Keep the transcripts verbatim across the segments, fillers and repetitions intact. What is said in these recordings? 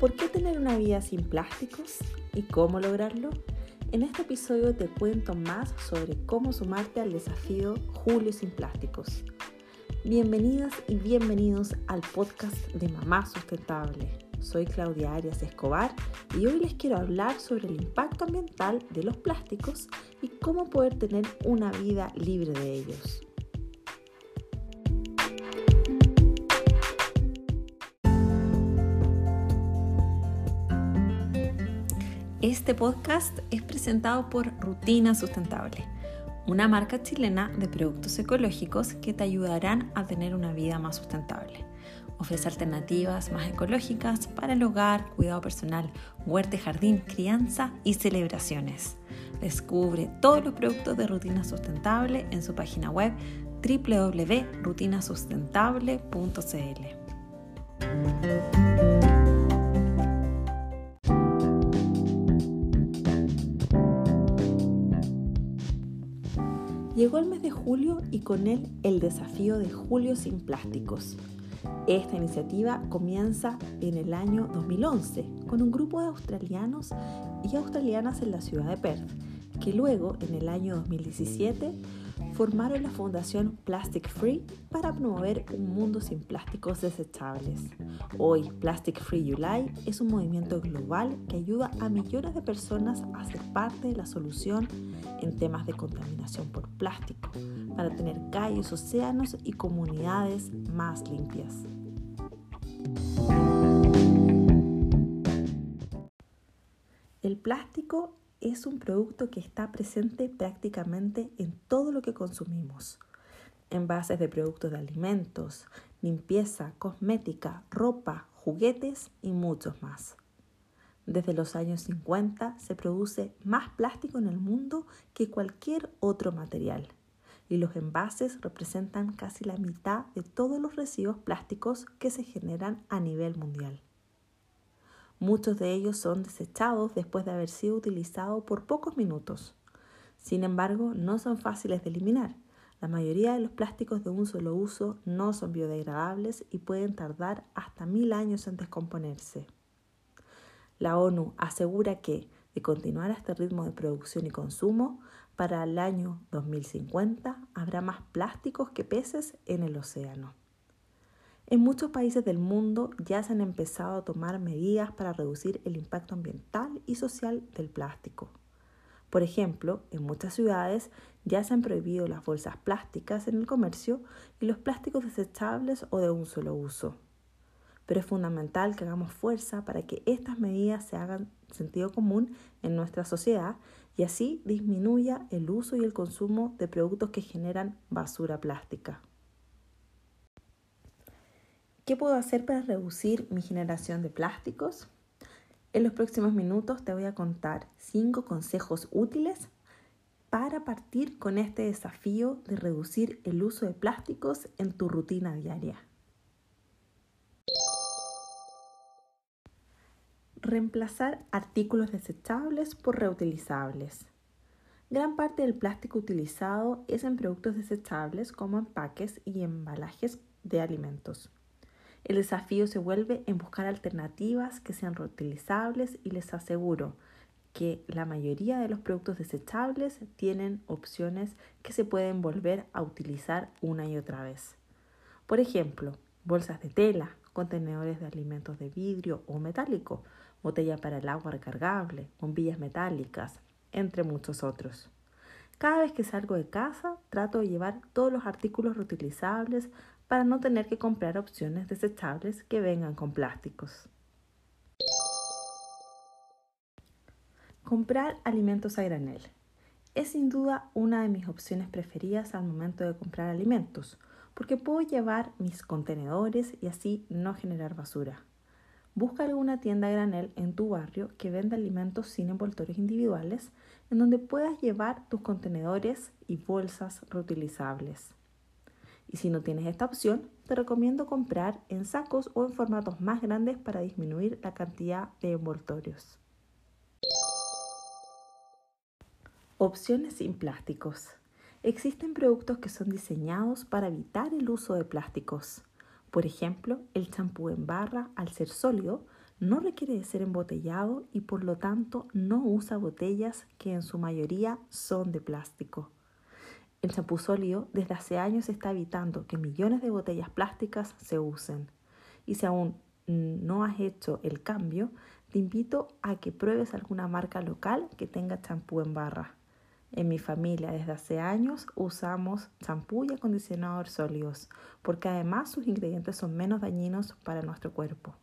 ¿Por qué tener una vida sin plásticos y cómo lograrlo? En este episodio te cuento más sobre cómo sumarte al desafío Julio sin Plásticos. Bienvenidas y bienvenidos al podcast de Mamá Sustentable. Soy Claudia Arias Escobar y hoy les quiero hablar sobre el impacto ambiental de los plásticos y cómo poder tener una vida libre de ellos. Este podcast es presentado por Rutina Sustentable, una marca chilena de productos ecológicos que te ayudarán a tener una vida más sustentable. Ofrece alternativas más ecológicas para el hogar, cuidado personal, huerta y jardín, crianza y celebraciones. Descubre todos los productos de Rutina Sustentable en su página web doble u doble u doble u punto rutina sustentable punto c l. Llegó el mes de julio y con él el desafío de Julio sin Plásticos. Esta iniciativa comienza en el año dos mil once con un grupo de australianos y australianas en la ciudad de Perth, que luego en el año dos mil diecisiete formaron la fundación Plastic Free para promover un mundo sin plásticos desechables. Hoy, Plastic Free July es un movimiento global que ayuda a millones de personas a ser parte de la solución en temas de contaminación por plástico, para tener calles, océanos y comunidades más limpias. El plástico es un producto que está presente prácticamente en todo lo que consumimos. Envases de productos de alimentos, limpieza, cosmética, ropa, juguetes y muchos más. Desde los años cincuenta se produce más plástico en el mundo que cualquier otro material y los envases representan casi la mitad de todos los residuos plásticos que se generan a nivel mundial. Muchos de ellos son desechados después de haber sido utilizados por pocos minutos. Sin embargo, no son fáciles de eliminar. La mayoría de los plásticos de un solo uso no son biodegradables y pueden tardar hasta mil años en descomponerse. La ONU asegura que, de continuar a este ritmo de producción y consumo, para el año dos mil cincuenta habrá más plásticos que peces en el océano. En muchos países del mundo ya se han empezado a tomar medidas para reducir el impacto ambiental y social del plástico. Por ejemplo, en muchas ciudades ya se han prohibido las bolsas plásticas en el comercio y los plásticos desechables o de un solo uso. Pero es fundamental que hagamos fuerza para que estas medidas se hagan sentido común en nuestra sociedad y así disminuya el uso y el consumo de productos que generan basura plástica. ¿Qué puedo hacer para reducir mi generación de plásticos? En los próximos minutos te voy a contar cinco consejos útiles para partir con este desafío de reducir el uso de plásticos en tu rutina diaria. Reemplazar artículos desechables por reutilizables. Gran parte del plástico utilizado es en productos desechables como empaques y embalajes de alimentos. El desafío se vuelve en buscar alternativas que sean reutilizables y les aseguro que la mayoría de los productos desechables tienen opciones que se pueden volver a utilizar una y otra vez. Por ejemplo, bolsas de tela, contenedores de alimentos de vidrio o metálico, botella para el agua recargable, bombillas metálicas, entre muchos otros. Cada vez que salgo de casa, trato de llevar todos los artículos reutilizables para no tener que comprar opciones desechables que vengan con plásticos. Comprar alimentos a granel. Es sin duda una de mis opciones preferidas al momento de comprar alimentos, porque puedo llevar mis contenedores y así no generar basura. Busca alguna tienda a granel en tu barrio que venda alimentos sin envoltorios individuales, en donde puedas llevar tus contenedores y bolsas reutilizables. Y si no tienes esta opción, te recomiendo comprar en sacos o en formatos más grandes para disminuir la cantidad de envoltorios. Opciones sin plásticos. Existen productos que son diseñados para evitar el uso de plásticos. Por ejemplo, el champú en barra, al ser sólido, no requiere de ser embotellado y por lo tanto no usa botellas que en su mayoría son de plástico. El champú sólido desde hace años está evitando que millones de botellas plásticas se usen. Y si aún no has hecho el cambio, te invito a que pruebes alguna marca local que tenga champú en barra. En mi familia desde hace años usamos champú y acondicionador sólidos, porque además sus ingredientes son menos dañinos para nuestro cuerpo.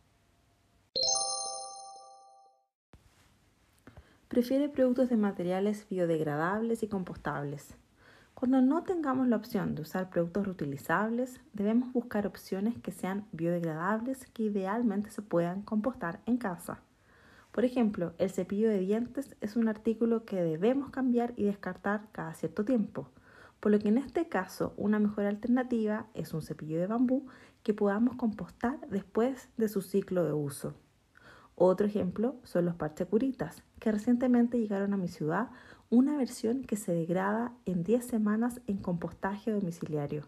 Prefiere productos de materiales biodegradables y compostables. Cuando no tengamos la opción de usar productos reutilizables, debemos buscar opciones que sean biodegradables que idealmente se puedan compostar en casa. Por ejemplo, el cepillo de dientes es un artículo que debemos cambiar y descartar cada cierto tiempo, por lo que en este caso una mejor alternativa es un cepillo de bambú que podamos compostar después de su ciclo de uso. Otro ejemplo son los parches curitas, que recientemente llegaron a mi ciudad, una versión que se degrada en diez semanas en compostaje domiciliario.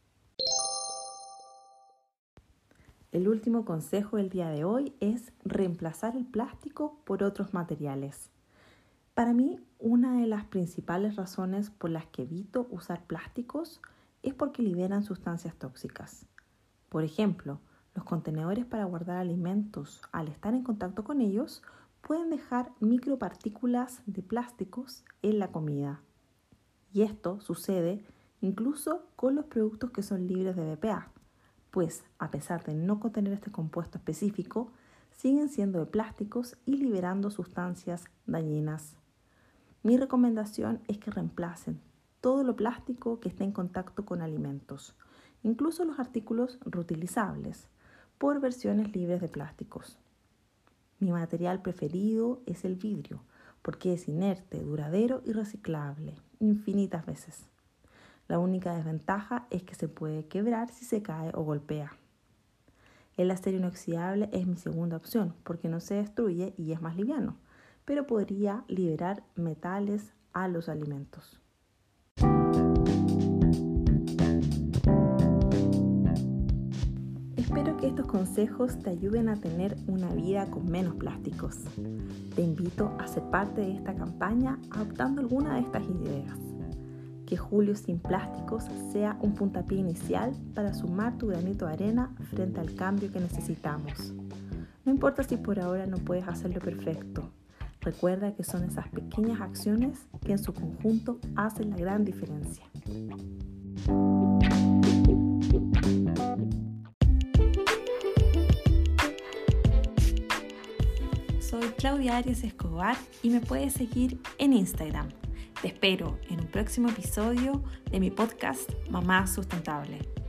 El último consejo del día de hoy es reemplazar el plástico por otros materiales. Para mí, una de las principales razones por las que evito usar plásticos es porque liberan sustancias tóxicas. Por ejemplo, los contenedores para guardar alimentos, al estar en contacto con ellos, pueden dejar micropartículas de plásticos en la comida. Y esto sucede incluso con los productos que son libres de B P A, pues a pesar de no contener este compuesto específico, siguen siendo de plásticos y liberando sustancias dañinas. Mi recomendación es que reemplacen todo lo plástico que esté en contacto con alimentos, incluso los artículos reutilizables, por versiones libres de plásticos. Mi material preferido es el vidrio, porque es inerte, duradero y reciclable, infinitas veces. La única desventaja es que se puede quebrar si se cae o golpea. El acero inoxidable es mi segunda opción, porque no se destruye y es más liviano, pero podría liberar metales a los alimentos. Espero que estos consejos te ayuden a tener una vida con menos plásticos. Te invito a ser parte de esta campaña adoptando alguna de estas ideas. Que Julio sin Plásticos sea un puntapié inicial para sumar tu granito de arena frente al cambio que necesitamos. No importa si por ahora no puedes hacerlo perfecto. Recuerda que son esas pequeñas acciones que en su conjunto hacen la gran diferencia. Soy Claudia Arias Escobar y me puedes seguir en Instagram. Te espero en un próximo episodio de mi podcast Mamá Sustentable.